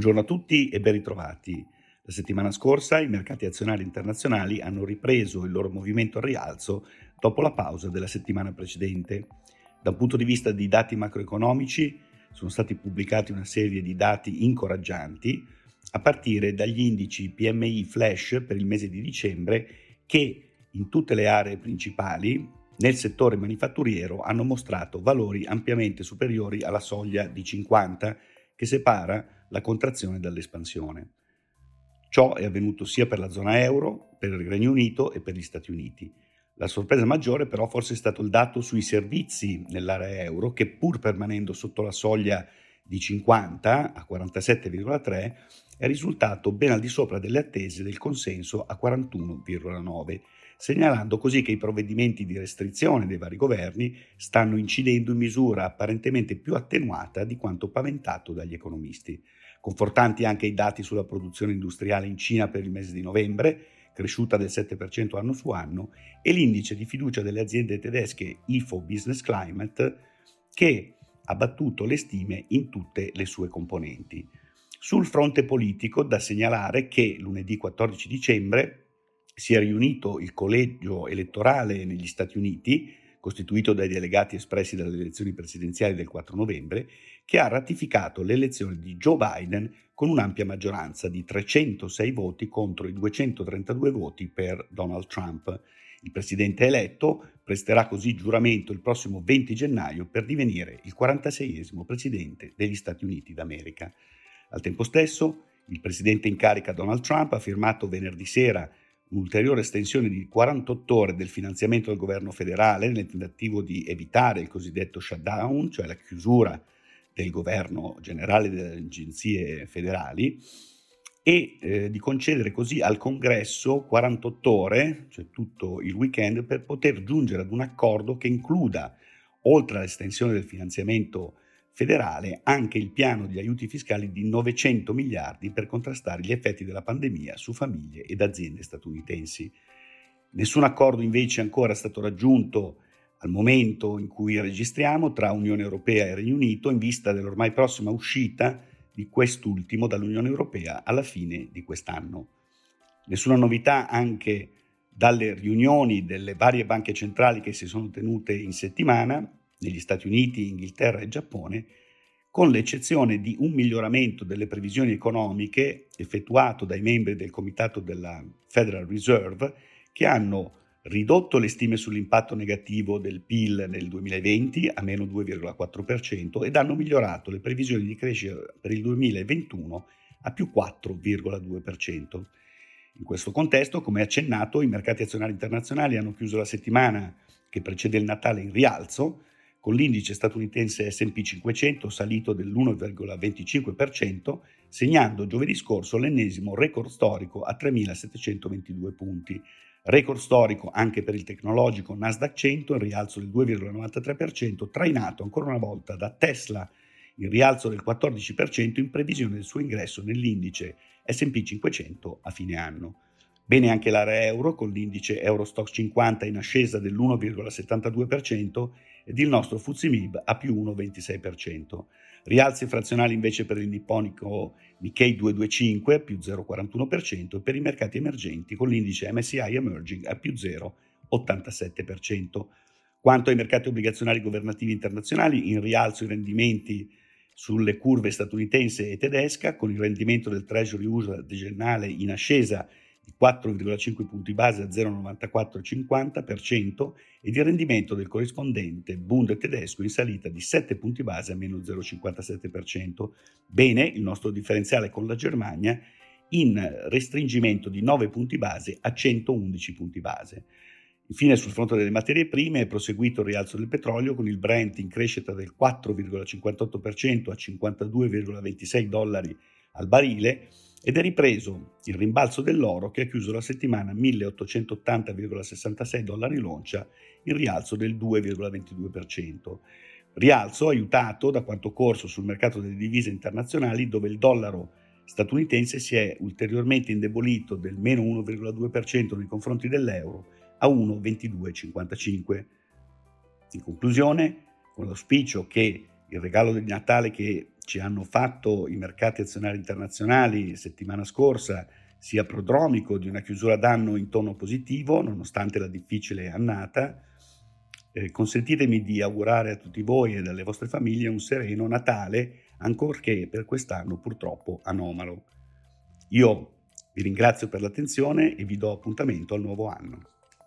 Buongiorno a tutti e ben ritrovati. La settimana scorsa i mercati azionari internazionali hanno ripreso il loro movimento al rialzo dopo la pausa della settimana precedente. Da un punto di vista di dati macroeconomici sono stati pubblicati una serie di dati incoraggianti a partire dagli indici PMI flash per il mese di dicembre che in tutte le aree principali nel settore manifatturiero hanno mostrato valori ampiamente superiori alla soglia di 50 che separa la contrazione dall'espansione. Ciò è avvenuto sia per la zona euro, per il Regno Unito e per gli Stati Uniti. La sorpresa maggiore però forse è stato il dato sui servizi nell'area euro che pur permanendo sotto la soglia di 50 a 47,3 è risultato ben al di sopra delle attese del consenso a 41,9, segnalando così che i provvedimenti di restrizione dei vari governi stanno incidendo in misura apparentemente più attenuata di quanto paventato dagli economisti. Confortanti anche i dati sulla produzione industriale in Cina per il mese di novembre, cresciuta del 7% anno su anno, e l'indice di fiducia delle aziende tedesche Ifo Business Climate, che ha battuto le stime in tutte le sue componenti. Sul fronte politico, da segnalare che lunedì 14 dicembre si è riunito il collegio elettorale negli Stati Uniti, costituito dai delegati espressi dalle elezioni presidenziali del 4 novembre, che ha ratificato l'elezione di Joe Biden con un'ampia maggioranza di 306 voti contro i 232 voti per Donald Trump. Il presidente eletto presterà così giuramento il prossimo 20 gennaio per divenire il 46esimo presidente degli Stati Uniti d'America. Al tempo stesso, il presidente in carica Donald Trump ha firmato venerdì sera un'ulteriore estensione di 48 ore del finanziamento del governo federale nel tentativo di evitare il cosiddetto shutdown, cioè la chiusura del governo generale delle agenzie federali, e di concedere così al Congresso 48 ore, cioè tutto il weekend, per poter giungere ad un accordo che includa, oltre all'estensione del finanziamento federale, anche il piano di aiuti fiscali di 900 miliardi per contrastare gli effetti della pandemia su famiglie ed aziende statunitensi. Nessun accordo invece ancora è stato raggiunto al momento in cui registriamo tra Unione Europea e Regno Unito in vista dell'ormai prossima uscita di quest'ultimo dall'Unione Europea alla fine di quest'anno. Nessuna novità anche dalle riunioni delle varie banche centrali che si sono tenute in settimana negli Stati Uniti, Inghilterra e Giappone, con l'eccezione di un miglioramento delle previsioni economiche effettuato dai membri del comitato della Federal Reserve che hanno ridotto le stime sull'impatto negativo del PIL nel 2020 a meno 2,4% ed hanno migliorato le previsioni di crescita per il 2021 a più 4,2%. In questo contesto, come accennato, i mercati azionari internazionali hanno chiuso la settimana che precede il Natale in rialzo, con l'indice statunitense S&P 500 salito dell'1,25%, segnando giovedì scorso l'ennesimo record storico a 3.722 punti. Record storico anche per il tecnologico Nasdaq 100 in rialzo del 2,93%, trainato ancora una volta da Tesla in rialzo del 14% in previsione del suo ingresso nell'indice S&P 500 a fine anno. Bene anche l'area euro, con l'indice Eurostoxx 50 in ascesa dell'1,72% ed il nostro FTSE MIB a più 1,26%. Rialzi frazionali invece per il nipponico Nikkei 225 a più 0,41% e per i mercati emergenti con l'indice MSCI Emerging a più 0,87%. Quanto ai mercati obbligazionari governativi internazionali, in rialzo i rendimenti sulle curve statunitense e tedesca, con il rendimento del Treasury USA decennale in ascesa di 4,5 punti base a 0,9450% ed il rendimento del corrispondente Bund tedesco in salita di 7 punti base a meno 0,57%. Bene il nostro differenziale con la Germania in restringimento di 9 punti base a 111 punti base. Infine sul fronte delle materie prime è proseguito il rialzo del petrolio con il Brent in crescita del 4,58% a 52,26 dollari al barile ed è ripreso il rimbalzo dell'oro che ha chiuso la settimana a 1.880,66 dollari l'oncia in rialzo del 2,22%. Rialzo aiutato da quanto occorso sul mercato delle divise internazionali dove il dollaro statunitense si è ulteriormente indebolito del meno 1,2% nei confronti dell'euro a 1,2255. In conclusione, con l'auspicio che il regalo di Natale che ci hanno fatto i mercati azionari internazionali settimana scorsa sia prodromico di una chiusura d'anno in tono positivo, nonostante la difficile annata. Consentitemi di augurare a tutti voi e alle vostre famiglie un sereno Natale, ancorché per quest'anno purtroppo anomalo. Io vi ringrazio per l'attenzione e vi do appuntamento al nuovo anno.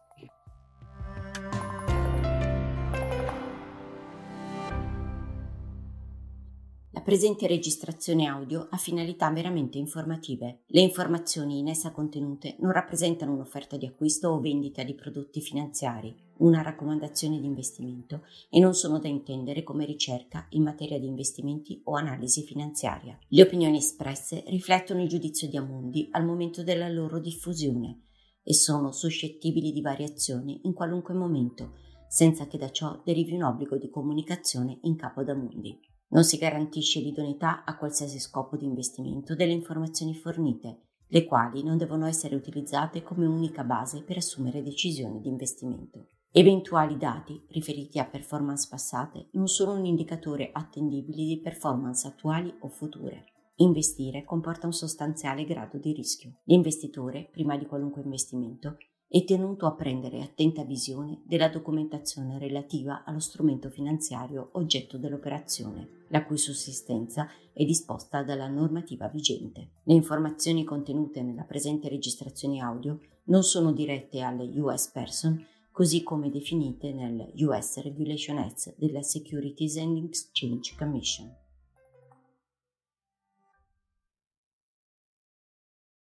La presente registrazione audio ha finalità meramente informative. Le informazioni in essa contenute non rappresentano un'offerta di acquisto o vendita di prodotti finanziari, una raccomandazione di investimento e non sono da intendere come ricerca in materia di investimenti o analisi finanziaria. Le opinioni espresse riflettono il giudizio di Amundi al momento della loro diffusione e sono suscettibili di variazioni in qualunque momento, senza che da ciò derivi un obbligo di comunicazione in capo ad Amundi. Non si garantisce l'idoneità a qualsiasi scopo di investimento delle informazioni fornite, le quali non devono essere utilizzate come unica base per assumere decisioni di investimento. Eventuali dati riferiti a performance passate non sono un indicatore attendibile di performance attuali o future. Investire comporta un sostanziale grado di rischio. L'investitore, prima di qualunque investimento, è tenuto a prendere attenta visione della documentazione relativa allo strumento finanziario oggetto dell'operazione, la cui sussistenza è disposta dalla normativa vigente. Le informazioni contenute nella presente registrazione audio non sono dirette alle US Person, così come definite nel US Regulation Act della Securities and Exchange Commission.